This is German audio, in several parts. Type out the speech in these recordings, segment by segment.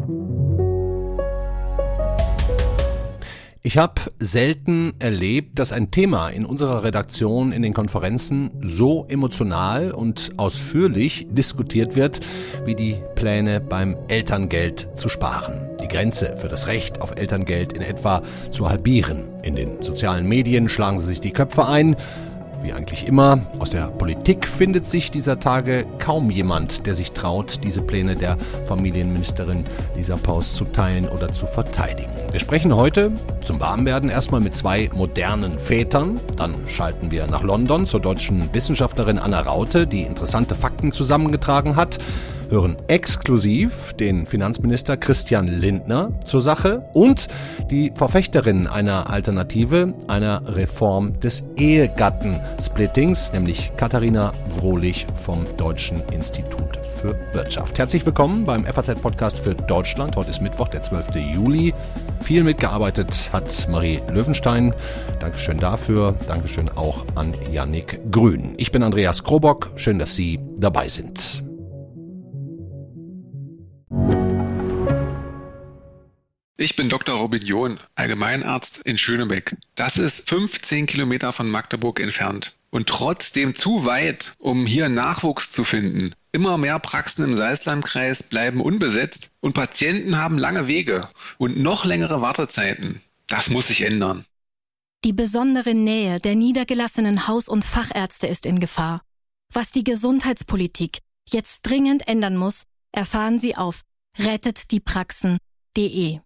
Ich habe selten erlebt, dass ein Thema in unserer Redaktion in den Konferenzen so emotional und ausführlich diskutiert wird, wie die Pläne beim Elterngeld zu sparen. Die Grenze für das Recht auf Elterngeld in etwa zu halbieren. In den sozialen Medien schlagen sie sich die Köpfe ein. Wie eigentlich immer, aus der Politik findet sich dieser Tage kaum jemand, der sich traut, diese Pläne der Familienministerin Lisa Paus zu teilen oder zu verteidigen. Wir sprechen heute zum Warmwerden erstmal mit zwei modernen Vätern. Dann schalten wir nach London zur deutschen Wissenschaftlerin Anna Raute, die interessante Fakten zusammengetragen hat. Hören exklusiv den Finanzminister Christian Lindner zur Sache und die Verfechterin einer Alternative, einer Reform des Ehegattensplittings, nämlich Katharina Wrohlich vom Deutschen Institut für Wirtschaft. Herzlich willkommen beim FAZ-Podcast für Deutschland. Heute ist Mittwoch, der 12. Juli. Viel mitgearbeitet hat Marie Löwenstein. Dankeschön dafür. Dankeschön auch an Yannick Grün. Ich bin Andreas Krobock. Schön, dass Sie dabei sind. Ich bin Dr. Robin John, Allgemeinarzt in Schönebeck. Das ist 15 Kilometer von Magdeburg entfernt. Und trotzdem zu weit, um hier Nachwuchs zu finden. Immer mehr Praxen im Salzlandkreis bleiben unbesetzt und Patienten haben lange Wege und noch längere Wartezeiten. Das muss sich ändern. Die besondere Nähe der niedergelassenen Haus- und Fachärzte ist in Gefahr. Was die Gesundheitspolitik jetzt dringend ändern muss, erfahren Sie auf rettetdiepraxen.de.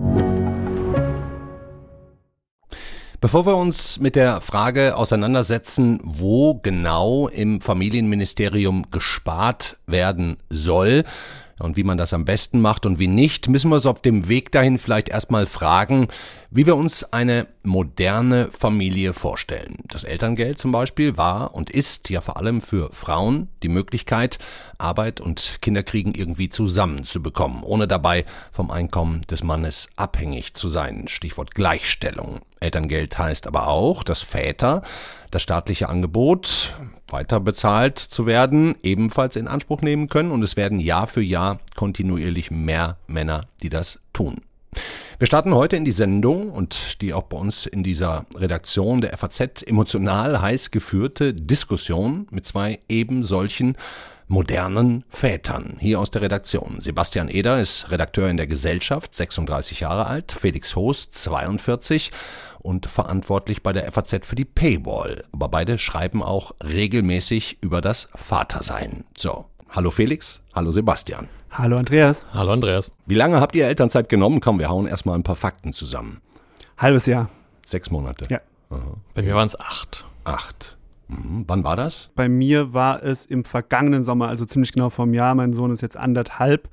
Bevor wir uns mit der Frage auseinandersetzen, wo genau im Familienministerium gespart werden soll und wie man das am besten macht und wie nicht, müssen wir uns auf dem Weg dahin vielleicht erstmal fragen, wie wir uns eine moderne Familie vorstellen. Das Elterngeld zum Beispiel war und ist ja vor allem für Frauen die Möglichkeit, Arbeit und Kinderkriegen irgendwie zusammenzubekommen, ohne dabei vom Einkommen des Mannes abhängig zu sein. Stichwort Gleichstellung. Elterngeld heißt aber auch, dass Väter das staatliche Angebot, weiter bezahlt zu werden, ebenfalls in Anspruch nehmen können und es werden Jahr für Jahr kontinuierlich mehr Männer, die das tun. Wir starten heute in die Sendung und die auch bei uns in dieser Redaktion der FAZ emotional heiß geführte Diskussion mit zwei eben solchen modernen Vätern hier aus der Redaktion. Sebastian Eder ist Redakteur in der Gesellschaft, 36 Jahre alt, Felix Hoos, 42 und verantwortlich bei der FAZ für die Paywall. Aber beide schreiben auch regelmäßig über das Vatersein. So, hallo Felix, hallo Sebastian. Hallo Andreas. Hallo Andreas. Wie lange habt ihr Elternzeit genommen? Komm, wir hauen erstmal ein paar Fakten zusammen. Halbes Jahr. 6 Monate? Ja. Aha. Bei mir waren es 8. 8. Wann war das? Bei mir war es im vergangenen Sommer, also ziemlich genau vor einem Jahr. Mein Sohn ist jetzt 1,5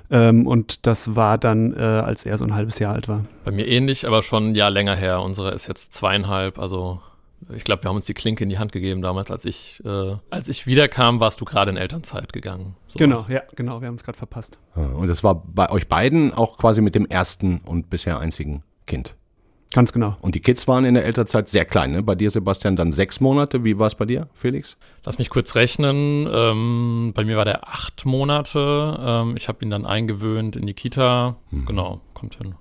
und das war dann, als er so ein halbes Jahr alt war. Bei mir ähnlich, aber schon ein Jahr länger her. Unsere ist jetzt 2,5, also ich glaube, wir haben uns die Klinke in die Hand gegeben damals, als ich wiederkam, warst du gerade in Elternzeit gegangen. So genau, wir haben es gerade verpasst. Und das war bei euch beiden auch quasi mit dem ersten und bisher einzigen Kind? Ganz genau. Und die Kids waren in der Elternzeit sehr klein, ne? Bei dir, Sebastian, dann 6 Monate. Wie war es bei dir, Felix? Lass mich kurz rechnen. Bei mir war der 8 Monate. Ich habe ihn dann eingewöhnt in die Kita. Genau, kommt hin.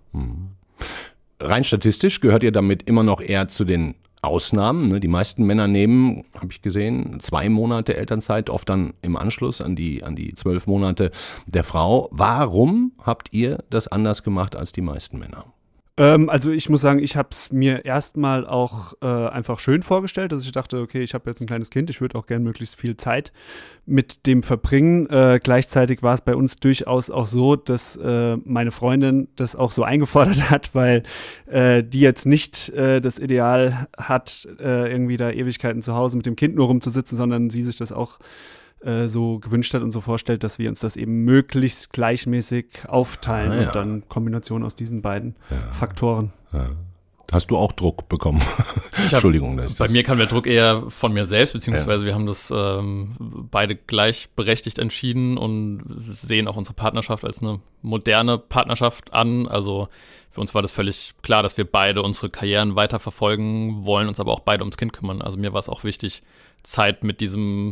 Rein statistisch gehört ihr damit immer noch eher zu den Ausnahmen. Ne? Die meisten Männer nehmen, habe ich gesehen, 2 Monate Elternzeit, oft dann im Anschluss an die 12 Monate der Frau. Warum habt ihr das anders gemacht als die meisten Männer? Also ich muss sagen, ich habe es mir erstmal auch einfach schön vorgestellt, dass ich dachte, okay, ich habe jetzt ein kleines Kind, ich würde auch gern möglichst viel Zeit mit dem verbringen. Gleichzeitig war es bei uns durchaus auch so, dass meine Freundin das auch so eingefordert hat, weil die jetzt nicht das Ideal hat, irgendwie da Ewigkeiten zu Hause mit dem Kind nur rumzusitzen, sondern sie sich das auch so gewünscht hat und so vorstellt, dass wir uns das eben möglichst gleichmäßig aufteilen und dann Kombination aus diesen beiden Faktoren. Ja. Hast du auch Druck bekommen? Entschuldigung. Bei mir kam der Druck eher von mir selbst, beziehungsweise wir haben das beide gleichberechtigt entschieden und sehen auch unsere Partnerschaft als eine moderne Partnerschaft an. Also für uns war das völlig klar, dass wir beide unsere Karrieren weiterverfolgen wollen, uns aber auch beide ums Kind kümmern. Also mir war es auch wichtig, Zeit mit diesem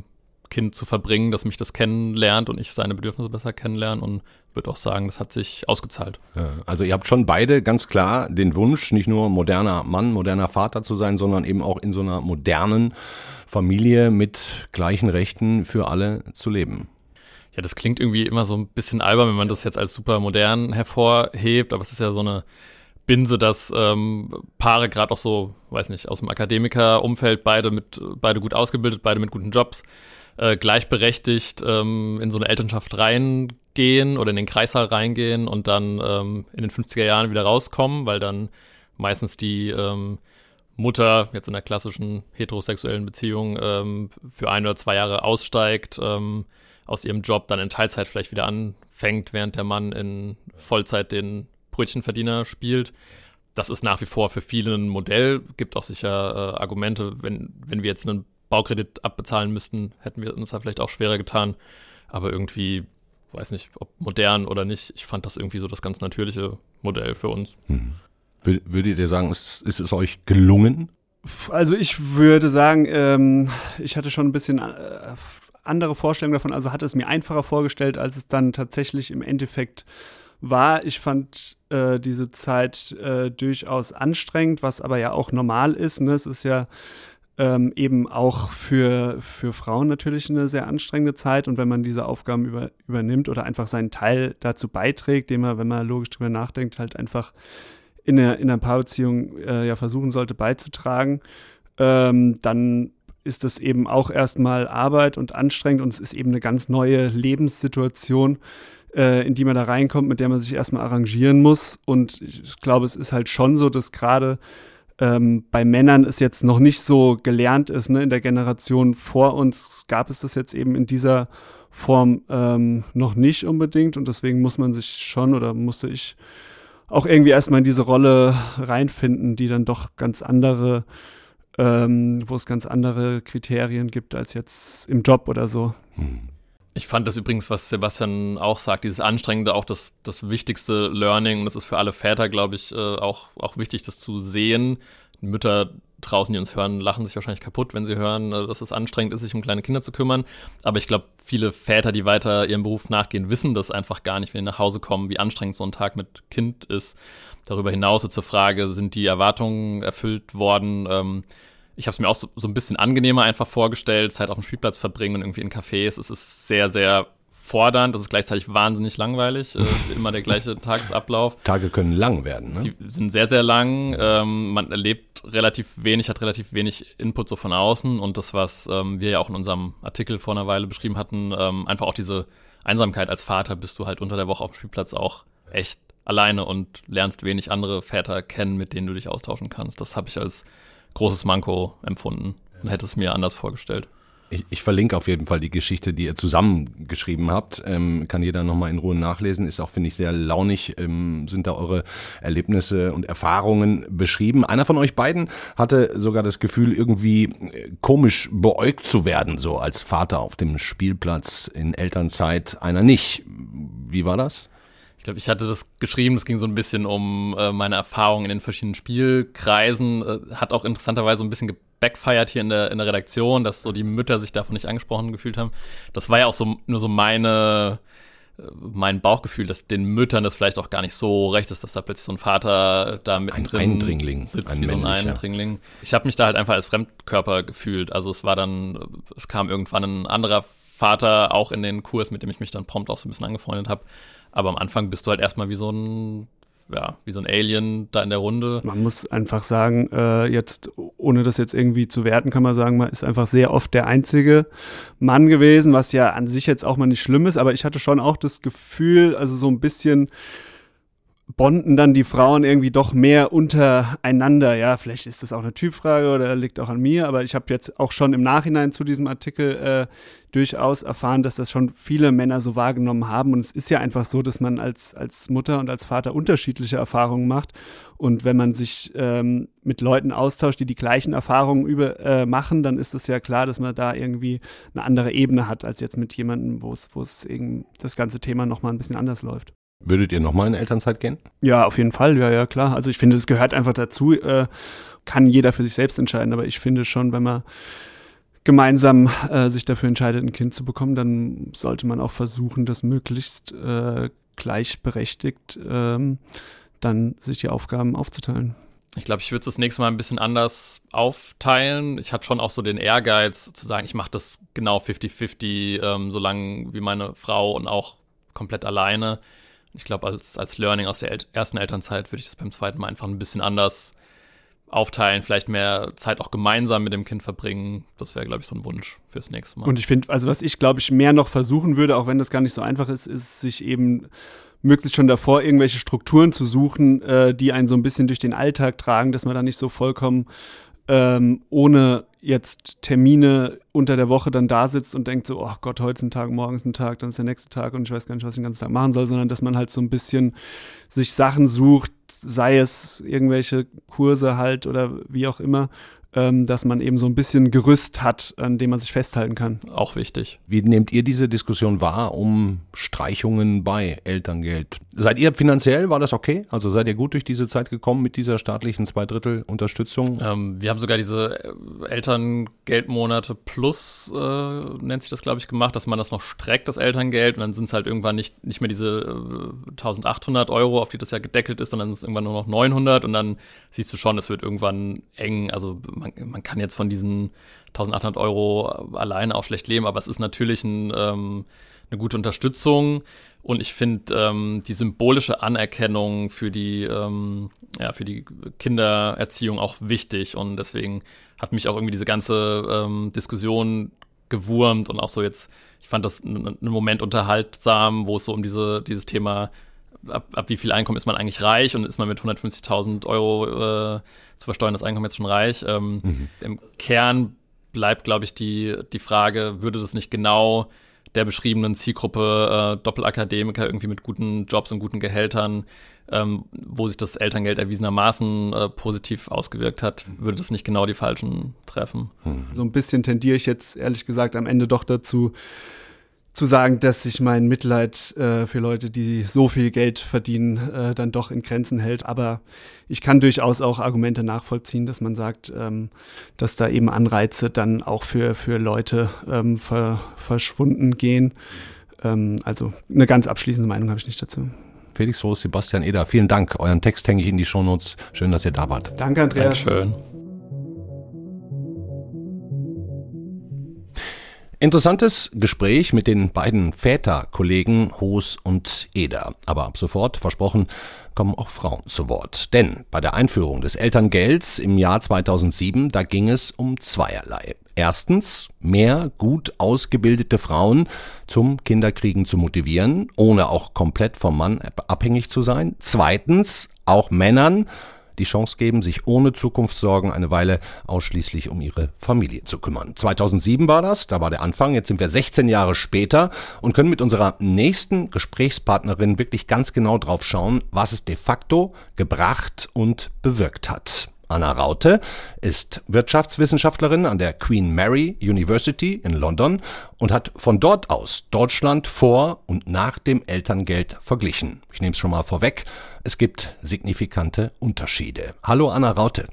Kind zu verbringen, dass mich das kennenlernt und ich seine Bedürfnisse besser kennenlerne und würde auch sagen, das hat sich ausgezahlt. Ja, also ihr habt schon beide ganz klar den Wunsch, nicht nur moderner Mann, moderner Vater zu sein, sondern eben auch in so einer modernen Familie mit gleichen Rechten für alle zu leben. Ja, das klingt irgendwie immer so ein bisschen albern, wenn man das jetzt als super modern hervorhebt, aber es ist ja so eine Binse, dass Paare gerade auch so, weiß nicht, aus dem Akademikerumfeld, beide gut ausgebildet, beide mit guten Jobs, gleichberechtigt in so eine Elternschaft reingehen oder in den Kreissaal reingehen und dann in den 50er Jahren wieder rauskommen, weil dann meistens die Mutter jetzt in der klassischen heterosexuellen Beziehung für 1 oder 2 Jahre aussteigt, aus ihrem Job dann in Teilzeit vielleicht wieder anfängt, während der Mann in Vollzeit den Brötchenverdiener spielt. Das ist nach wie vor für viele ein Modell. Gibt auch sicher Argumente, wenn wir jetzt einen Baukredit abbezahlen müssten, hätten wir uns da vielleicht auch schwerer getan. Aber irgendwie, weiß nicht, ob modern oder nicht, ich fand das irgendwie so das ganz natürliche Modell für uns. Würdet ihr sagen, ist es euch gelungen? Also ich würde sagen, ich hatte schon ein bisschen andere Vorstellungen davon, also hatte es mir einfacher vorgestellt, als es dann tatsächlich im Endeffekt war. Ich fand diese Zeit durchaus anstrengend, was aber ja auch normal ist. Ne? Es ist ja eben auch für Frauen natürlich eine sehr anstrengende Zeit. Und wenn man diese Aufgaben übernimmt oder einfach seinen Teil dazu beiträgt, den man, wenn man logisch drüber nachdenkt, halt einfach in einer Paarbeziehung ja versuchen sollte beizutragen, dann ist das eben auch erstmal Arbeit und anstrengend und es ist eben eine ganz neue Lebenssituation, in die man da reinkommt, mit der man sich erstmal arrangieren muss. Und ich glaube, es ist halt schon so, dass gerade bei Männern es jetzt noch nicht so gelernt ist. Ne? In der Generation vor uns gab es das jetzt eben in dieser Form noch nicht unbedingt. Und deswegen musste ich auch irgendwie erstmal in diese Rolle reinfinden, die dann doch ganz andere, wo es ganz andere Kriterien gibt als jetzt im Job oder so. Ich fand das übrigens, was Sebastian auch sagt, dieses Anstrengende, auch das wichtigste Learning, und das ist für alle Väter, glaube ich, auch wichtig, das zu sehen. Mütter draußen, die uns hören, lachen sich wahrscheinlich kaputt, wenn sie hören, dass es anstrengend ist, sich um kleine Kinder zu kümmern. Aber ich glaube, viele Väter, die weiter ihrem Beruf nachgehen, wissen das einfach gar nicht, wenn sie nach Hause kommen, wie anstrengend so ein Tag mit Kind ist. Darüber hinaus zur Frage, sind die Erwartungen erfüllt worden? Ich habe es mir auch so ein bisschen angenehmer einfach vorgestellt, Zeit auf dem Spielplatz verbringen und irgendwie in Cafés. Es ist sehr, sehr fordernd, das ist gleichzeitig wahnsinnig langweilig, immer der gleiche Tagesablauf. Tage können lang werden, ne? Die sind sehr, sehr lang, man erlebt relativ wenig, hat relativ wenig Input so von außen und das, was wir ja auch in unserem Artikel vor einer Weile beschrieben hatten, einfach auch diese Einsamkeit als Vater, bist du halt unter der Woche auf dem Spielplatz auch echt alleine und lernst wenig andere Väter kennen, mit denen du dich austauschen kannst. Das habe ich als großes Manko empfunden und hätte es mir anders vorgestellt. Ich verlinke auf jeden Fall die Geschichte, die ihr zusammengeschrieben habt. Kann jeder nochmal in Ruhe nachlesen. Ist auch, finde ich, sehr launig. Sind da eure Erlebnisse und Erfahrungen beschrieben. Einer von euch beiden hatte sogar das Gefühl, irgendwie komisch beäugt zu werden, so als Vater auf dem Spielplatz in Elternzeit, einer nicht. Wie war das? Ich glaube, ich hatte das geschrieben, es ging so ein bisschen um meine Erfahrungen in den verschiedenen Spielkreisen. Hat auch interessanterweise so ein bisschen gebackfired hier in der Redaktion, dass so die Mütter sich davon nicht angesprochen gefühlt haben. Das war ja auch so nur so mein Bauchgefühl, dass den Müttern das vielleicht auch gar nicht so recht ist, dass da plötzlich so ein Vater da mittendrin ein Eindringling sitzt, wie so ein Eindringling. Ich habe mich da halt einfach als Fremdkörper gefühlt. Also es kam irgendwann ein anderer Vater auch in den Kurs, mit dem ich mich dann prompt auch so ein bisschen angefreundet habe. Aber am Anfang bist du halt erstmal wie so ein Alien da in der Runde. Man muss einfach sagen, jetzt, ohne das jetzt irgendwie zu werten, kann man sagen, man ist einfach sehr oft der einzige Mann gewesen, was ja an sich jetzt auch mal nicht schlimm ist, aber ich hatte schon auch das Gefühl, also so ein bisschen bonden dann die Frauen irgendwie doch mehr untereinander. Ja, vielleicht ist das auch eine Typfrage oder liegt auch an mir, aber ich habe jetzt auch schon im Nachhinein zu diesem Artikel durchaus erfahren, dass das schon viele Männer so wahrgenommen haben. Und es ist ja einfach so, dass man als Mutter und als Vater unterschiedliche Erfahrungen macht. Und wenn man sich mit Leuten austauscht, die die gleichen Erfahrungen machen, dann ist es ja klar, dass man da irgendwie eine andere Ebene hat, als jetzt mit jemandem, wo es eben das ganze Thema nochmal ein bisschen anders läuft. Würdet ihr nochmal in Elternzeit gehen? Ja, auf jeden Fall, ja, klar. Also ich finde, das gehört einfach dazu. Kann jeder für sich selbst entscheiden, aber ich finde schon, wenn man gemeinsam sich dafür entscheidet, ein Kind zu bekommen, dann sollte man auch versuchen, das möglichst gleichberechtigt dann sich die Aufgaben aufzuteilen. Ich glaube, ich würde es das nächste Mal ein bisschen anders aufteilen. Ich hatte schon auch so den Ehrgeiz zu sagen, ich mache das genau 50-50, so lange wie meine Frau und auch komplett alleine. Ich glaube, als Learning aus der ersten Elternzeit würde ich das beim zweiten Mal einfach ein bisschen anders aufteilen, vielleicht mehr Zeit auch gemeinsam mit dem Kind verbringen. Das wäre, glaube ich, so ein Wunsch fürs nächste Mal. Und ich finde, also was ich, glaube ich, mehr noch versuchen würde, auch wenn das gar nicht so einfach ist, ist sich eben möglichst schon davor irgendwelche Strukturen zu suchen, die einen so ein bisschen durch den Alltag tragen, dass man da nicht so vollkommen ohne jetzt Termine unter der Woche dann da sitzt und denkt so, oh Gott, heute ist ein Tag, morgen ist ein Tag, dann ist der nächste Tag und ich weiß gar nicht, was ich den ganzen Tag machen soll, sondern dass man halt so ein bisschen sich Sachen sucht, sei es irgendwelche Kurse halt oder wie auch immer, dass man eben so ein bisschen Gerüst hat, an dem man sich festhalten kann. Auch wichtig. Wie nehmt ihr diese Diskussion wahr um Streichungen bei Elterngeld? Seid ihr finanziell, war das okay? Also seid ihr gut durch diese Zeit gekommen mit dieser staatlichen 2/3 Unterstützung? Wir haben sogar diese Elterngeldmonate plus, nennt sich das, glaube ich, gemacht, dass man das noch streckt, das Elterngeld, und dann sind es halt irgendwann nicht mehr diese 1.800 Euro, auf die das ja gedeckelt ist, sondern es ist irgendwann nur noch 900, und dann siehst du schon, es wird irgendwann eng. Also man kann jetzt von diesen 1.800 Euro alleine auch schlecht leben, aber es ist natürlich eine gute Unterstützung, und ich finde die symbolische Anerkennung für die Kindererziehung auch wichtig, und deswegen hat mich auch irgendwie diese ganze Diskussion gewurmt, und auch so jetzt, ich fand das einen Moment unterhaltsam, wo es so um dieses Thema, ab wie viel Einkommen ist man eigentlich reich, und ist man mit 150.000 Euro zu versteuerndes Einkommen jetzt schon reich. Im Kern bleibt, glaube ich, die Frage, würde das nicht genau der beschriebenen Zielgruppe Doppelakademiker irgendwie mit guten Jobs und guten Gehältern, wo sich das Elterngeld erwiesenermaßen positiv ausgewirkt hat, würde das nicht genau die Falschen treffen? So ein bisschen tendiere ich jetzt ehrlich gesagt am Ende doch dazu, zu sagen, dass sich mein Mitleid für Leute, die so viel Geld verdienen, dann doch in Grenzen hält. Aber ich kann durchaus auch Argumente nachvollziehen, dass man sagt, dass da eben Anreize dann auch für Leute verschwunden gehen. Also eine ganz abschließende Meinung habe ich nicht dazu. Felix Roos, Sebastian Eder, vielen Dank. Euren Text hänge ich in die Shownotes. Schön, dass ihr da wart. Danke, Andreas. Dankeschön. Interessantes Gespräch mit den beiden Väterkollegen Roos und Eder. Aber ab sofort, versprochen, kommen auch Frauen zu Wort. Denn bei der Einführung des Elterngelds im Jahr 2007, da ging es um zweierlei. Erstens, mehr gut ausgebildete Frauen zum Kinderkriegen zu motivieren, ohne auch komplett vom Mann abhängig zu sein. Zweitens, auch Männern die Chance geben, sich ohne Zukunftssorgen eine Weile ausschließlich um ihre Familie zu kümmern. 2007 war das, da war der Anfang. Jetzt sind wir 16 Jahre später und können mit unserer nächsten Gesprächspartnerin wirklich ganz genau drauf schauen, was es de facto gebracht und bewirkt hat. Anna Raute ist Wirtschaftswissenschaftlerin an der Queen Mary University in London und hat von dort aus Deutschland vor und nach dem Elterngeld verglichen. Ich nehme es schon mal vorweg, es gibt signifikante Unterschiede. Hallo Anna Raute.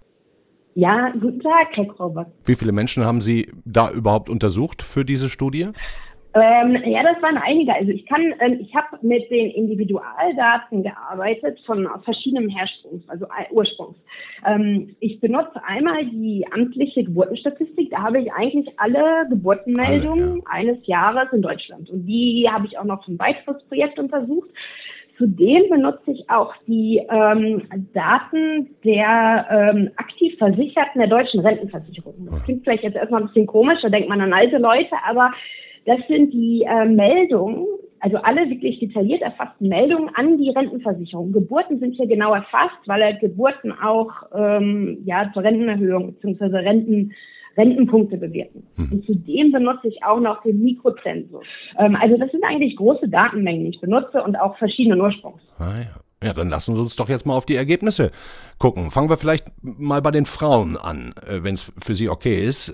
Ja, guten Tag, Herr Krauber. Wie viele Menschen haben Sie da überhaupt untersucht für diese Studie? Ja, das waren einige. Also ich habe mit den Individualdaten gearbeitet von verschiedenem Ursprungs. Ich benutze einmal die amtliche Geburtenstatistik. Da habe ich eigentlich alle Geburtenmeldungen eines Jahres in Deutschland. Und die habe ich auch noch für ein weiteres Projekt untersucht. Zudem benutze ich auch die Daten der aktiv Versicherten der deutschen Rentenversicherung. Das klingt vielleicht jetzt erstmal ein bisschen komisch, da denkt man an alte Leute, aber das sind die Meldungen, also alle wirklich detailliert erfassten Meldungen an die Rentenversicherung. Geburten sind hier genau erfasst, weil Geburten auch zur Rentenerhöhung bzw. Rentenpunkte bewirken. Und zudem benutze ich auch noch den Mikrozensus. Also das sind eigentlich große Datenmengen, die ich benutze und auch verschiedenen Ursprungs. Ja, dann lassen Sie uns doch jetzt mal auf die Ergebnisse gucken. Fangen wir vielleicht mal bei den Frauen an, wenn es für Sie okay ist.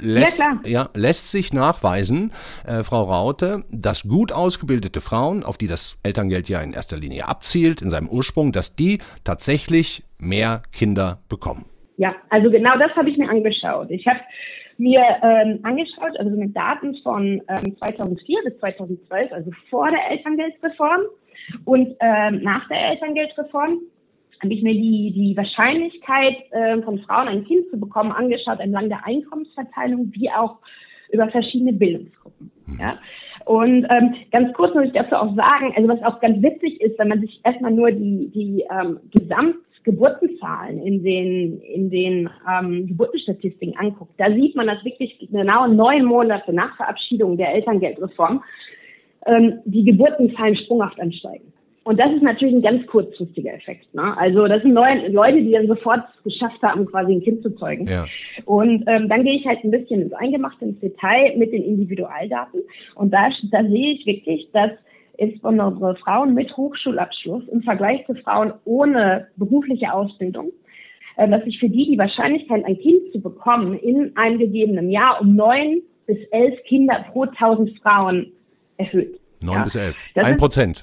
Lässt sich nachweisen, Frau Raute, dass gut ausgebildete Frauen, auf die das Elterngeld ja in erster Linie abzielt, in seinem Ursprung, dass die tatsächlich mehr Kinder bekommen? Ja, also genau das habe ich mir angeschaut. Ich habe mir angeschaut, also mit Daten von 2004 bis 2012, also vor der Elterngeldreform und nach der Elterngeldreform, habe ich mir die Wahrscheinlichkeit von Frauen ein Kind zu bekommen angeschaut, entlang der Einkommensverteilung, wie auch über verschiedene Bildungsgruppen. Ja? Und ganz kurz muss ich dazu auch sagen, also was auch ganz witzig ist, wenn man sich erstmal nur die Gesamtgeburtenzahlen in den Geburtenstatistiken anguckt, da sieht man, dass wirklich genau 9 Monate nach Verabschiedung der Elterngeldreform die Geburtenzahlen sprunghaft ansteigen. Und das ist natürlich ein ganz kurzfristiger Effekt. Ne? Also das sind Leute, die dann sofort geschafft haben, quasi ein Kind zu zeugen. Ja. Und dann gehe ich halt ein bisschen ins Eingemachte, ins Detail mit den Individualdaten. Und da sehe ich wirklich, dass insbesondere Frauen mit Hochschulabschluss im Vergleich zu Frauen ohne berufliche Ausbildung, dass sich für die Wahrscheinlichkeit, ein Kind zu bekommen in einem gegebenen Jahr um 9 bis 11 Kinder pro 1000 Frauen erhöht. 9 bis 11. 1%.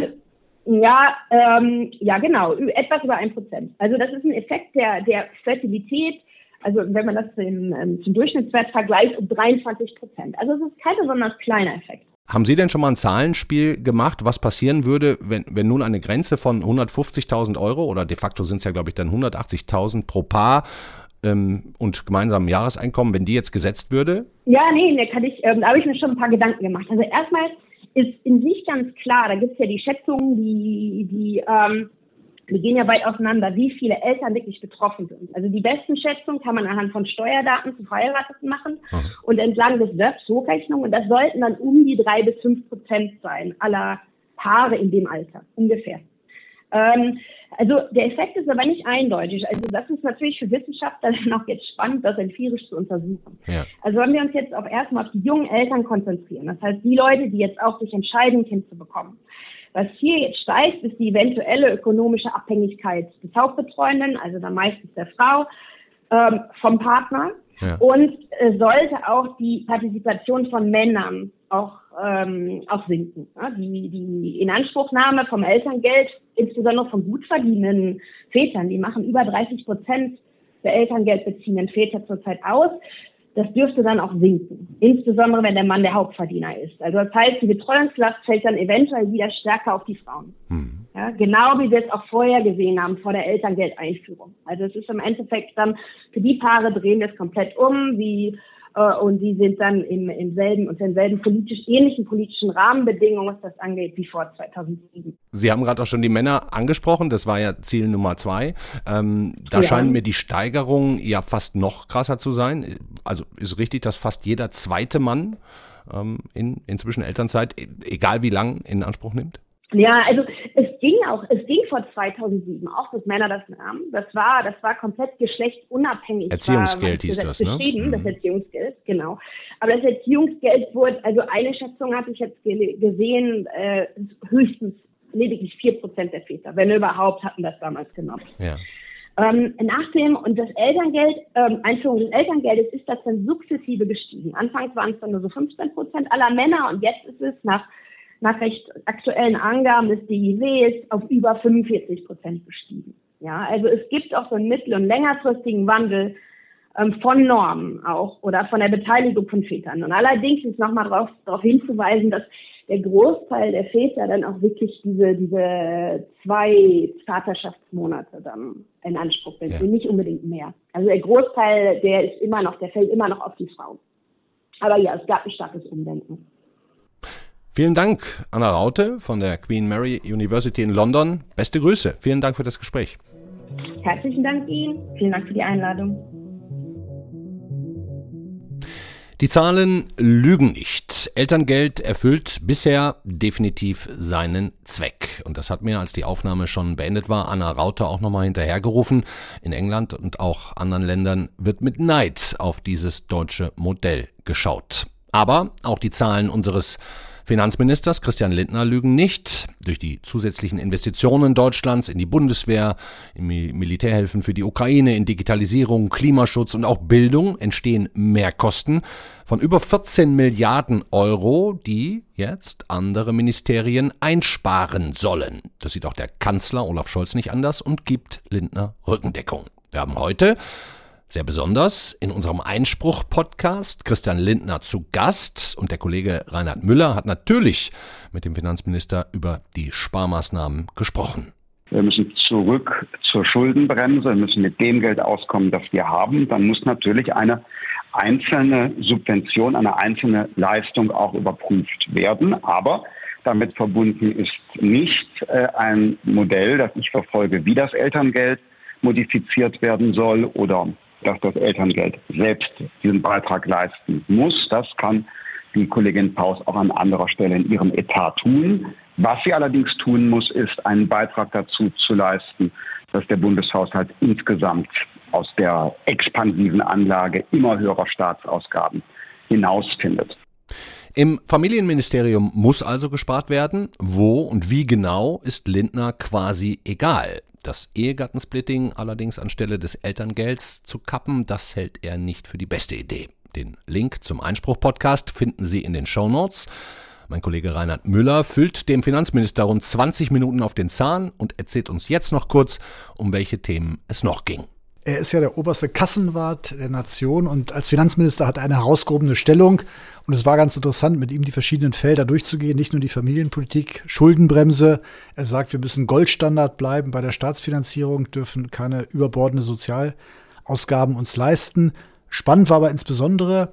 Ja, genau, etwas über 1%. Also das ist ein Effekt der Fertilität, also wenn man das zum Durchschnittswert vergleicht, um 23%. Also es ist kein besonders kleiner Effekt. Haben Sie denn schon mal ein Zahlenspiel gemacht, was passieren würde, wenn nun eine Grenze von 150.000 Euro oder de facto sind es ja, glaube ich, dann 180.000 pro Paar und gemeinsamen Jahreseinkommen, wenn die jetzt gesetzt würde? Ja, da habe ich mir schon ein paar Gedanken gemacht. Also erstmal ist in sich ganz klar, da gibt es ja die Schätzungen, die gehen ja weit auseinander, wie viele Eltern wirklich betroffen sind. Also die besten Schätzungen kann man anhand von Steuerdaten zu Verheirateten machen und entlang des WEFs Hochrechnung. Und das sollten dann um die 3 bis 5% sein, aller Paare in dem Alter, ungefähr. Also der Effekt ist aber nicht eindeutig. Also das ist natürlich für Wissenschaftler dann auch jetzt spannend, das empirisch zu untersuchen. Ja. Also wenn wir uns jetzt auch erstmal auf die jungen Eltern konzentrieren, das heißt die Leute, die jetzt auch sich entscheiden, ein Kind zu bekommen. Was hier jetzt steigt, ist die eventuelle ökonomische Abhängigkeit des Hauptbetreuenden, also dann meistens der Frau, vom Partner. Ja. Und sollte auch die Partizipation von Männern auch sinken. Ja, die Inanspruchnahme vom Elterngeld, insbesondere von gut verdienenden Vätern, die machen über 30% der elterngeldbeziehenden Väter zurzeit aus. Das dürfte dann auch sinken, insbesondere wenn der Mann der Hauptverdiener ist. Also das heißt, die Betreuungslast fällt dann eventuell wieder stärker auf die Frauen. Ja, genau wie wir es auch vorher gesehen haben, vor der Elterngeldeinführung. Also es ist im Endeffekt dann, für die Paare drehen wir es komplett um, und sie sind dann unter denselben ähnlichen politischen Rahmenbedingungen, was das angeht, wie vor 2007. Sie haben gerade auch schon die Männer angesprochen, das war ja Ziel Nummer 2. Scheinen mir die Steigerungen ja fast noch krasser zu sein. Also ist richtig, dass fast jeder zweite Mann inzwischen Elternzeit, egal wie lang, in Anspruch nimmt? Ja, also es ging vor 2007 auch, dass Männer das nahmen. Das war komplett geschlechtsunabhängig. Erziehungsgeld hieß das, ne? Das Erziehungsgeld, genau. Aber das Erziehungsgeld wurde, also eine Schätzung hatte ich jetzt gesehen, höchstens lediglich 4% der Väter, wenn überhaupt, hatten das damals genommen. Ja. Und das Elterngeld, Einführung des Elterngeldes ist das dann sukzessive gestiegen. Anfangs waren es dann nur so 15% aller Männer und jetzt ist es nach recht aktuellen Angaben des DIWs auf über 45% gestiegen. Ja, also es gibt auch so einen mittel- und längerfristigen Wandel von Normen auch oder von der Beteiligung von Vätern. Und allerdings ist nochmal darauf hinzuweisen, dass der Großteil der Väter dann auch wirklich diese 2 Vaterschaftsmonate dann in Anspruch nimmt, nicht unbedingt mehr. Also der Großteil, der fällt immer noch auf die Frauen. Aber ja, es gab ein starkes Umdenken. Vielen Dank, Anna Raute von der Queen Mary University in London. Beste Grüße. Vielen Dank für das Gespräch. Herzlichen Dank Ihnen. Vielen Dank für die Einladung. Die Zahlen lügen nicht. Elterngeld erfüllt bisher definitiv seinen Zweck. Und das hat mir, als die Aufnahme schon beendet war, Anna Raute auch nochmal hinterhergerufen. In England und auch anderen Ländern wird mit Neid auf dieses deutsche Modell geschaut. Aber auch die Zahlen unseres Finanzministers Christian Lindner lügen nicht. Durch die zusätzlichen Investitionen Deutschlands in die Bundeswehr, in Militärhilfen für die Ukraine, in Digitalisierung, Klimaschutz und auch Bildung entstehen Mehrkosten von über 14 Milliarden Euro, die jetzt andere Ministerien einsparen sollen. Das sieht auch der Kanzler Olaf Scholz nicht anders und gibt Lindner Rückendeckung. Wir haben heute Sehr besonders in unserem Einspruch-Podcast Christian Lindner zu Gast und der Kollege Reinhard Müller hat natürlich mit dem Finanzminister über die Sparmaßnahmen gesprochen. Wir müssen zurück zur Schuldenbremse, wir müssen mit dem Geld auskommen, das wir haben. Dann muss natürlich eine einzelne Subvention, eine einzelne Leistung auch überprüft werden. Aber damit verbunden ist nicht ein Modell, das ich verfolge, wie das Elterngeld modifiziert werden soll oder dass das Elterngeld selbst diesen Beitrag leisten muss. Das kann die Kollegin Paus auch an anderer Stelle in ihrem Etat tun. Was sie allerdings tun muss, ist einen Beitrag dazu zu leisten, dass der Bundeshaushalt insgesamt aus der expansiven Anlage immer höherer Staatsausgaben hinausfindet. Im Familienministerium muss also gespart werden. Wo und wie genau ist Lindner quasi egal. Das Ehegattensplitting allerdings anstelle des Elterngelds zu kappen, das hält er nicht für die beste Idee. Den Link zum Einspruch-Podcast finden Sie in den Shownotes. Mein Kollege Reinhard Müller füllt dem Finanzminister rund 20 Minuten auf den Zahn und erzählt uns jetzt noch kurz, um welche Themen es noch ging. Er ist ja der oberste Kassenwart der Nation und als Finanzminister hat er eine herausgehobene Stellung. Und es war ganz interessant, mit ihm die verschiedenen Felder durchzugehen, nicht nur die Familienpolitik, Schuldenbremse. Er sagt, wir müssen Goldstandard bleiben bei der Staatsfinanzierung, dürfen keine überbordende Sozialausgaben uns leisten. Spannend war aber insbesondere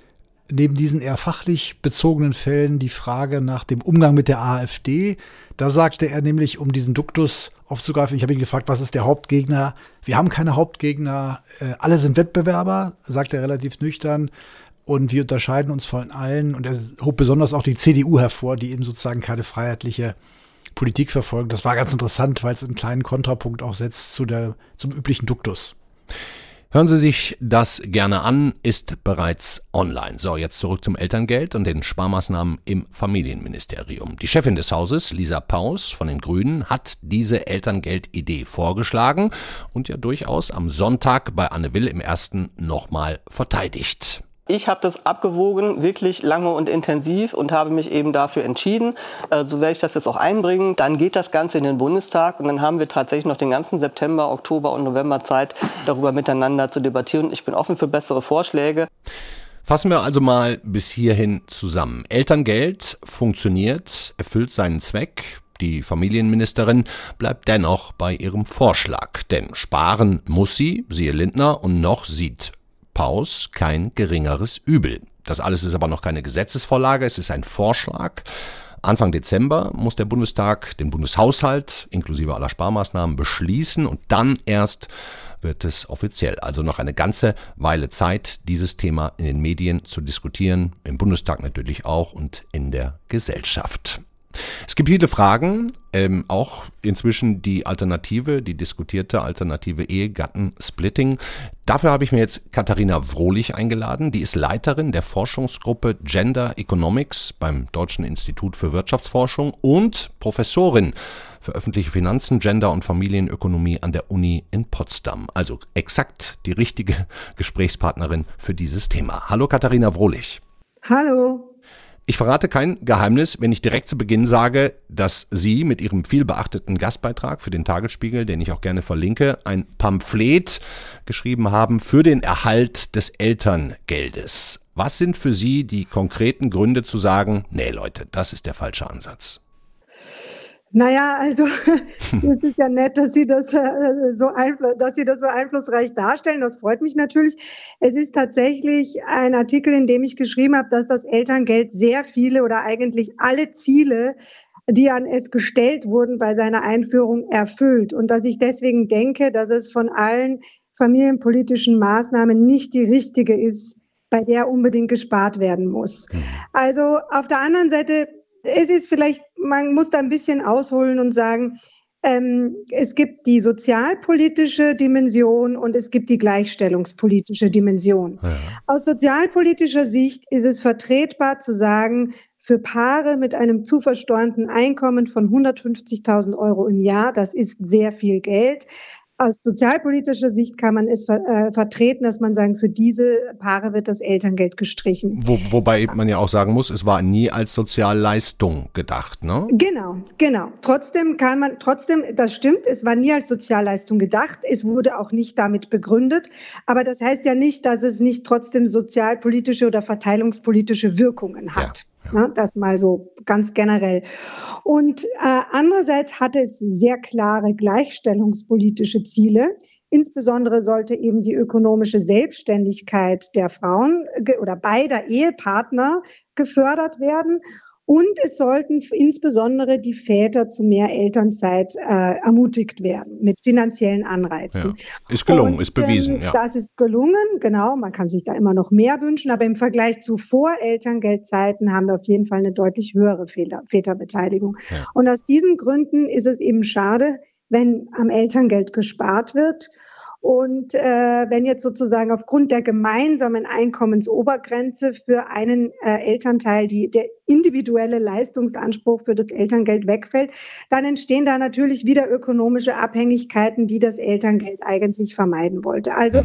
neben diesen eher fachlich bezogenen Fällen die Frage nach dem Umgang mit der AfD. Da sagte er nämlich, um diesen Duktus aufzugreifen, ich habe ihn gefragt, was ist der Hauptgegner? Wir haben keine Hauptgegner, alle sind Wettbewerber, sagt er relativ nüchtern. Und wir unterscheiden uns von allen. Und er hob besonders auch die CDU hervor, die eben sozusagen keine freiheitliche Politik verfolgt. Das war ganz interessant, weil es einen kleinen Kontrapunkt auch setzt zum üblichen Duktus. Hören Sie sich das gerne an, ist bereits online. So, jetzt zurück zum Elterngeld und den Sparmaßnahmen im Familienministerium. Die Chefin des Hauses, Lisa Paus von den Grünen, hat diese Elterngeldidee vorgeschlagen und ja durchaus am Sonntag bei Anne Will im Ersten nochmal verteidigt. Ich habe das abgewogen, wirklich lange und intensiv und habe mich eben dafür entschieden. So werde ich das jetzt auch einbringen. Dann geht das Ganze in den Bundestag und dann haben wir tatsächlich noch den ganzen September, Oktober und November Zeit, darüber miteinander zu debattieren. Ich bin offen für bessere Vorschläge. Fassen wir also mal bis hierhin zusammen. Elterngeld funktioniert, erfüllt seinen Zweck. Die Familienministerin bleibt dennoch bei ihrem Vorschlag. Denn sparen muss sie, siehe Lindner, und noch sieht Paus kein geringeres Übel. Das alles ist aber noch keine Gesetzesvorlage, es ist ein Vorschlag. Anfang Dezember muss der Bundestag den Bundeshaushalt inklusive aller Sparmaßnahmen beschließen und dann erst wird es offiziell. Also noch eine ganze Weile Zeit, dieses Thema in den Medien zu diskutieren, im Bundestag natürlich auch und in der Gesellschaft. Es gibt viele Fragen, auch inzwischen die diskutierte Alternative Ehegattensplitting. Dafür habe ich mir jetzt Katharina Wrohlich eingeladen. Die ist Leiterin der Forschungsgruppe Gender Economics beim Deutschen Institut für Wirtschaftsforschung und Professorin für öffentliche Finanzen, Gender und Familienökonomie an der Uni in Potsdam. Also exakt die richtige Gesprächspartnerin für dieses Thema. Hallo Katharina Wrohlich. Hallo. Ich verrate kein Geheimnis, wenn ich direkt zu Beginn sage, dass Sie mit Ihrem vielbeachteten Gastbeitrag für den Tagesspiegel, den ich auch gerne verlinke, ein Pamphlet geschrieben haben für den Erhalt des Elterngeldes. Was sind für Sie die konkreten Gründe zu sagen, nee Leute, das ist der falsche Ansatz? Naja, also es ist ja nett, dass Sie das so einflussreich darstellen. Das freut mich natürlich. Es ist tatsächlich ein Artikel, in dem ich geschrieben habe, dass das Elterngeld sehr viele oder eigentlich alle Ziele, die an es gestellt wurden, bei seiner Einführung erfüllt. Und dass ich deswegen denke, dass es von allen familienpolitischen Maßnahmen nicht die richtige ist, bei der unbedingt gespart werden muss. Also auf der anderen Seite, es ist vielleicht, man muss da ein bisschen ausholen und sagen, es gibt die sozialpolitische Dimension und es gibt die gleichstellungspolitische Dimension. Ja. Aus sozialpolitischer Sicht ist es vertretbar zu sagen, für Paare mit einem zu versteuerten Einkommen von 150.000 € im Jahr, das ist sehr viel Geld, Aus sozialpolitischer Sicht kann man es vertreten, dass man sagen, für diese Paare wird das Elterngeld gestrichen. Wobei man ja auch sagen muss, es war nie als Sozialleistung gedacht, ne? Genau. Trotzdem, das stimmt, es war nie als Sozialleistung gedacht. Es wurde auch nicht damit begründet. Aber das heißt ja nicht, dass es nicht trotzdem sozialpolitische oder verteilungspolitische Wirkungen hat. Ja. Das mal so ganz generell. Und andererseits hatte es sehr klare gleichstellungspolitische Ziele. Insbesondere sollte eben die ökonomische Selbstständigkeit der Frauen oder beider Ehepartner gefördert werden. Und es sollten insbesondere die Väter zu mehr Elternzeit ermutigt werden mit finanziellen Anreizen. Ja. Ist gelungen, ist bewiesen. Ja. Das ist gelungen, genau. Man kann sich da immer noch mehr wünschen, aber im Vergleich zu Vorelterngeldzeiten haben wir auf jeden Fall eine deutlich höhere Väterbeteiligung. Ja. Und aus diesen Gründen ist es eben schade, wenn am Elterngeld gespart wird. Und wenn jetzt sozusagen aufgrund der gemeinsamen Einkommensobergrenze für einen Elternteil der individuelle Leistungsanspruch für das Elterngeld wegfällt, dann entstehen da natürlich wieder ökonomische Abhängigkeiten, die das Elterngeld eigentlich vermeiden wollte. Also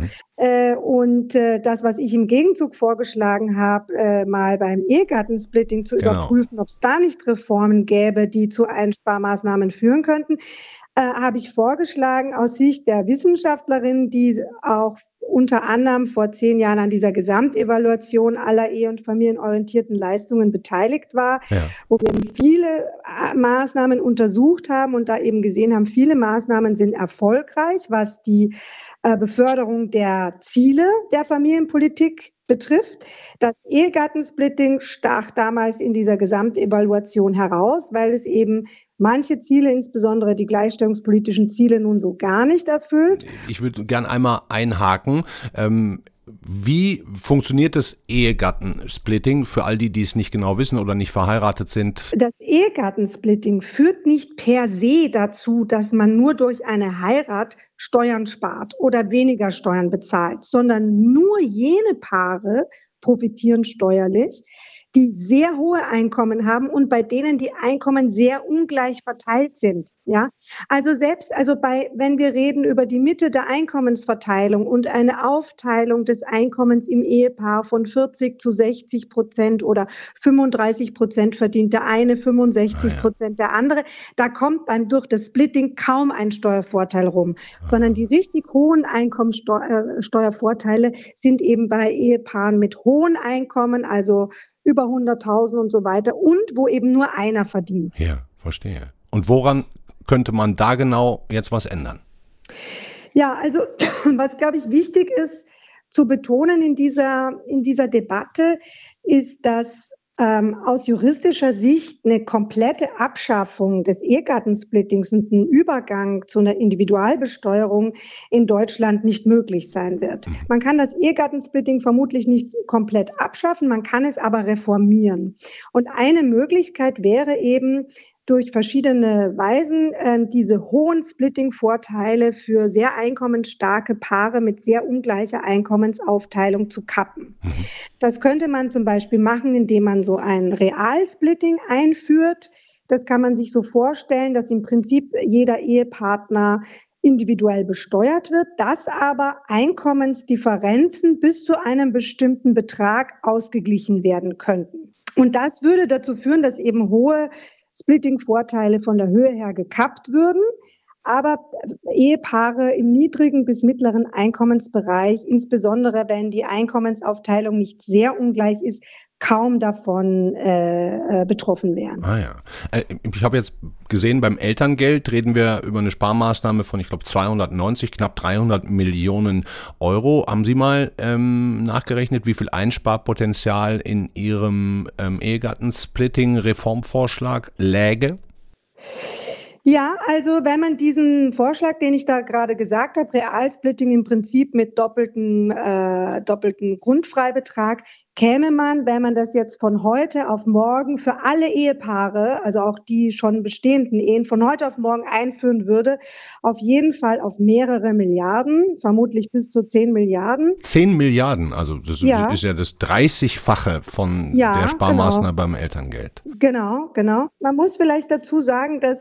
das, was ich im Gegenzug vorgeschlagen habe, mal beim Ehegattensplitting zu überprüfen, ob es da nicht Reformen gäbe, die zu Einsparmaßnahmen führen könnten, habe ich vorgeschlagen aus Sicht der Wissenschaftlerin, die auch unter anderem vor 10 Jahren an dieser Gesamtevaluation aller ehe- und familienorientierten Leistungen beteiligt war, wo wir viele Maßnahmen untersucht haben und da eben gesehen haben, viele Maßnahmen sind erfolgreich, was die Beförderung der Ziele der Familienpolitik betrifft. Das Ehegattensplitting stach damals in dieser Gesamtevaluation heraus, weil es eben manche Ziele, insbesondere die gleichstellungspolitischen Ziele, nun so gar nicht erfüllt. Ich würde gern einmal einhaken. Wie funktioniert das Ehegattensplitting für all die es nicht genau wissen oder nicht verheiratet sind? Das Ehegattensplitting führt nicht per se dazu, dass man nur durch eine Heirat Steuern spart oder weniger Steuern bezahlt, sondern nur jene Paare profitieren steuerlich, die sehr hohe Einkommen haben und bei denen die Einkommen sehr ungleich verteilt sind. Ja, also wenn wir reden über die Mitte der Einkommensverteilung und eine Aufteilung des Einkommens im Ehepaar von 40-60% oder 35% verdient der eine, 65% der andere, da kommt durch das Splitting kaum ein Steuervorteil rum, sondern die richtig hohen Einkommensteuervorteile sind eben bei Ehepaaren mit hohen Einkommen, also über 100.000 und so weiter und wo eben nur einer verdient. Ja, verstehe. Und woran könnte man da genau jetzt was ändern? Ja, also was, glaube ich, wichtig ist zu betonen in dieser Debatte, ist, dass aus juristischer Sicht eine komplette Abschaffung des Ehegattensplittings und ein Übergang zu einer Individualbesteuerung in Deutschland nicht möglich sein wird. Man kann das Ehegattensplitting vermutlich nicht komplett abschaffen, man kann es aber reformieren. Und eine Möglichkeit wäre eben, durch verschiedene Weisen diese hohen Splitting-Vorteile für sehr einkommensstarke Paare mit sehr ungleicher Einkommensaufteilung zu kappen. Das könnte man zum Beispiel machen, indem man so ein Realsplitting einführt. Das kann man sich so vorstellen, dass im Prinzip jeder Ehepartner individuell besteuert wird, dass aber Einkommensdifferenzen bis zu einem bestimmten Betrag ausgeglichen werden könnten. Und das würde dazu führen, dass eben hohe Splitting-Vorteile von der Höhe her gekappt würden, aber Ehepaare im niedrigen bis mittleren Einkommensbereich, insbesondere wenn die Einkommensaufteilung nicht sehr ungleich ist, kaum davon betroffen wären. Ah ja. Ich habe jetzt gesehen, beim Elterngeld reden wir über eine Sparmaßnahme von, ich glaube, 290, knapp 300 Millionen Euro. Haben Sie mal nachgerechnet, wie viel Einsparpotenzial in Ihrem Ehegattensplitting-Reformvorschlag läge? Ja, also wenn man diesen Vorschlag, den ich da gerade gesagt habe, Realsplitting im Prinzip mit doppelten Grundfreibetrag, käme man, wenn man das jetzt von heute auf morgen für alle Ehepaare, also auch die schon bestehenden Ehen, von heute auf morgen einführen würde, auf jeden Fall auf mehrere Milliarden, vermutlich bis zu 10 Milliarden. 10 Milliarden, also das ist ja das 30-fache von der Sparmaßnahme beim Elterngeld. Genau. Man muss vielleicht dazu sagen, dass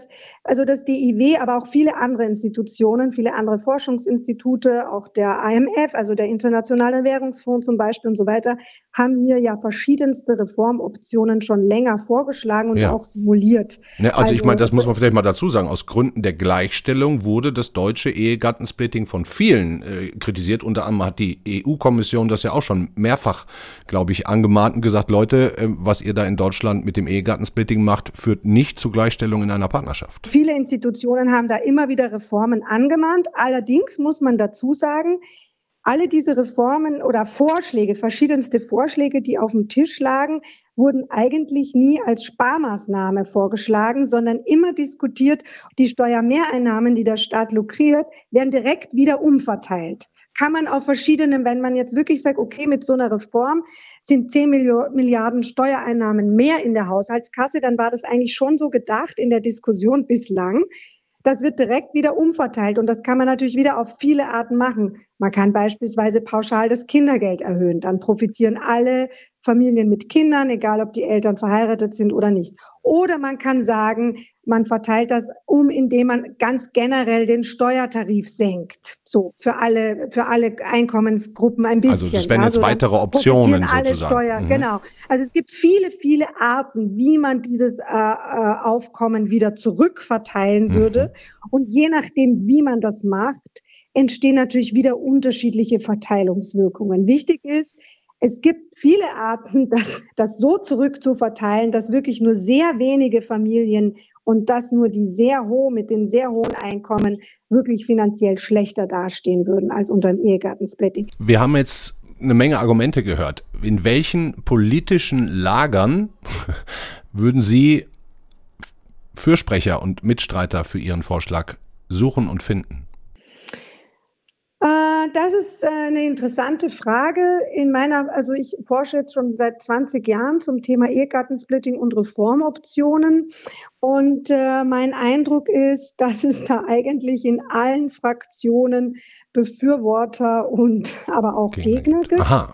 also das DIW, aber auch viele andere Institutionen, viele andere Forschungsinstitute, auch der IMF, also der Internationale Währungsfonds zum Beispiel und so weiter, haben hier ja verschiedenste Reformoptionen schon länger vorgeschlagen und auch simuliert. Ne, also ich meine, das muss man vielleicht mal dazu sagen, aus Gründen der Gleichstellung wurde das deutsche Ehegattensplitting von vielen kritisiert. Unter anderem hat die EU-Kommission das ja auch schon mehrfach, glaube ich, angemahnt und gesagt, Leute, was ihr da in Deutschland mit dem Ehegattensplitting macht, führt nicht zu Gleichstellung in einer Partnerschaft. Viele Institutionen haben da immer wieder Reformen angemahnt. Allerdings muss man dazu sagen, alle diese Reformen oder Vorschläge, verschiedenste Vorschläge, die auf dem Tisch lagen, wurden eigentlich nie als Sparmaßnahme vorgeschlagen, sondern immer diskutiert, die Steuermehreinnahmen, die der Staat lukriert, werden direkt wieder umverteilt. Kann man auf verschiedenen, wenn man jetzt wirklich sagt, okay, mit so einer Reform sind 10 Milliarden Steuereinnahmen mehr in der Haushaltskasse, dann war das eigentlich schon so gedacht in der Diskussion bislang. Das wird direkt wieder umverteilt und das kann man natürlich wieder auf viele Arten machen. Man kann beispielsweise pauschal das Kindergeld erhöhen. Dann profitieren alle Familien mit Kindern, egal ob die Eltern verheiratet sind oder nicht. Oder man kann sagen, man verteilt das um, indem man ganz generell den Steuertarif senkt. So, für alle Einkommensgruppen ein bisschen. Also das wären jetzt weitere Optionen alle sozusagen. Steuern, genau. Also es gibt viele, viele Arten, wie man dieses Aufkommen wieder zurückverteilen würde. Und je nachdem, wie man das macht, entstehen natürlich wieder unterschiedliche Verteilungswirkungen. Wichtig ist, es gibt viele Arten, das so zurückzuverteilen, dass wirklich nur sehr wenige Familien und das nur die mit den sehr hohen Einkommen wirklich finanziell schlechter dastehen würden als unter dem Ehegattensplitting. Wir haben jetzt eine Menge Argumente gehört. In welchen politischen Lagern würden Sie Fürsprecher und Mitstreiter für Ihren Vorschlag suchen und finden? Das ist eine interessante Frage. Also ich forsche jetzt schon seit 20 Jahren zum Thema Ehegattensplitting und Reformoptionen. Und mein Eindruck ist, dass es da eigentlich in allen Fraktionen Befürworter und aber auch Gegner gibt. Aha.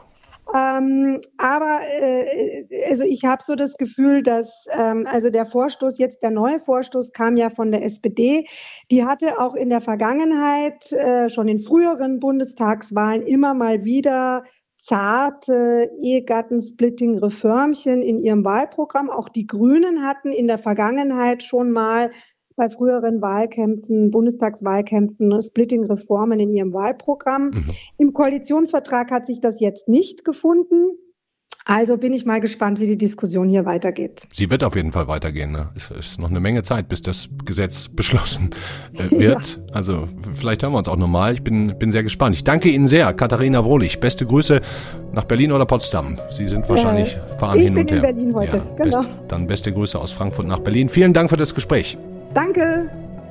Also ich habe so das Gefühl, dass also der neue Vorstoß kam ja von der SPD. Die hatte auch in der Vergangenheit, schon in früheren Bundestagswahlen immer mal wieder zarte Ehegattensplitting-Reformchen in ihrem Wahlprogramm. Auch die Grünen hatten in der Vergangenheit schon mal bei früheren Wahlkämpfen, Bundestagswahlkämpfen, Splitting-Reformen in ihrem Wahlprogramm. Im Koalitionsvertrag hat sich das jetzt nicht gefunden. Also bin ich mal gespannt, wie die Diskussion hier weitergeht. Sie wird auf jeden Fall weitergehen. Ne? Es ist noch eine Menge Zeit, bis das Gesetz beschlossen wird. Ja. Also vielleicht hören wir uns auch nochmal. Ich bin sehr gespannt. Ich danke Ihnen sehr, Katharina Wohlig. Beste Grüße nach Berlin oder Potsdam. Sie sind wahrscheinlich fahren hin und her. Ich bin in Berlin heute, ja, genau. Dann beste Grüße aus Frankfurt nach Berlin. Vielen Dank für das Gespräch. Danke.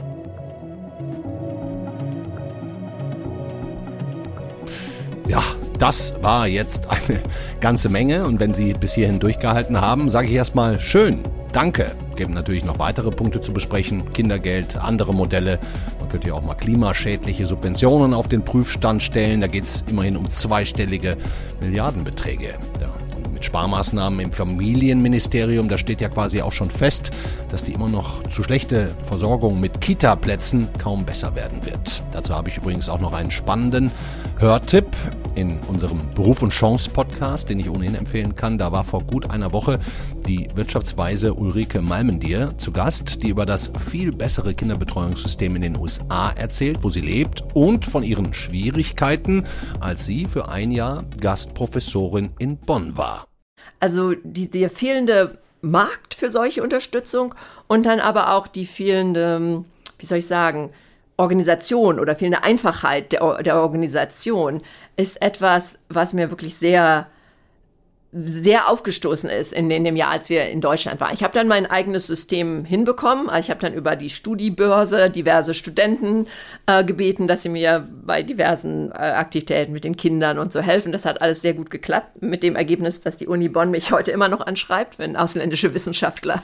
Ja, das war jetzt eine ganze Menge und wenn Sie bis hierhin durchgehalten haben, sage ich erstmal schön, danke. Es gibt natürlich noch weitere Punkte zu besprechen, Kindergeld, andere Modelle. Man könnte ja auch mal klimaschädliche Subventionen auf den Prüfstand stellen. Da geht es immerhin um zweistellige Milliardenbeträge. Ja. Sparmaßnahmen im Familienministerium, da steht ja quasi auch schon fest, dass die immer noch zu schlechte Versorgung mit Kita-Plätzen kaum besser werden wird. Dazu habe ich übrigens auch noch einen spannenden Hörtipp in unserem Beruf und Chance Podcast, den ich ohnehin empfehlen kann. Da war vor gut einer Woche die Wirtschaftsweise Ulrike Malmendier zu Gast, die über das viel bessere Kinderbetreuungssystem in den USA erzählt, wo sie lebt und von ihren Schwierigkeiten, als sie für ein Jahr Gastprofessorin in Bonn war. Also der fehlende Markt für solche Unterstützung und dann aber auch die fehlende, Organisation oder fehlende Einfachheit der Organisation ist etwas, was mir wirklich sehr, sehr aufgestoßen ist in dem Jahr, als wir in Deutschland waren. Ich habe dann mein eigenes System hinbekommen. Ich habe dann über die Studiebörse diverse Studenten gebeten, dass sie mir bei diversen Aktivitäten mit den Kindern und so helfen. Das hat alles sehr gut geklappt, mit dem Ergebnis, dass die Uni Bonn mich heute immer noch anschreibt, wenn ausländische Wissenschaftler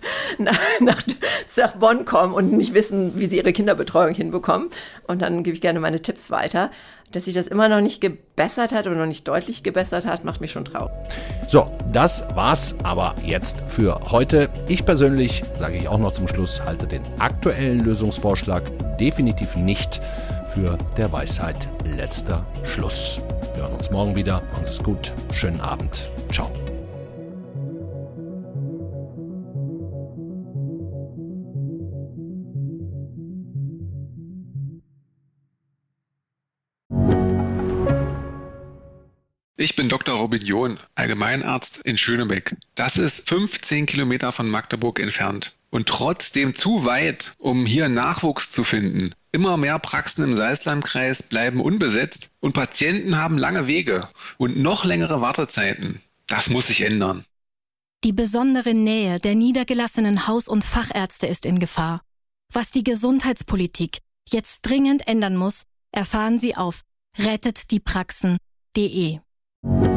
nach Bonn kommen und nicht wissen, wie sie ihre Kinderbetreuung hinbekommen. Und dann gebe ich gerne meine Tipps weiter. dass sich das immer noch nicht gebessert hat oder noch nicht deutlich gebessert hat, macht mich schon traurig. So, das war's aber jetzt für heute. Ich persönlich, sage ich auch noch zum Schluss, halte den aktuellen Lösungsvorschlag definitiv nicht für der Weisheit letzter Schluss. Wir hören uns morgen wieder. Machen Sie es gut. Schönen Abend. Ciao. Ich bin Dr. Robin John, Allgemeinarzt in Schönebeck. Das ist 15 Kilometer von Magdeburg entfernt und trotzdem zu weit, um hier Nachwuchs zu finden. Immer mehr Praxen im Salzlandkreis bleiben unbesetzt und Patienten haben lange Wege und noch längere Wartezeiten. Das muss sich ändern. Die besondere Nähe der niedergelassenen Haus- und Fachärzte ist in Gefahr. Was die Gesundheitspolitik jetzt dringend ändern muss, erfahren Sie auf rettetdiepraxen.de.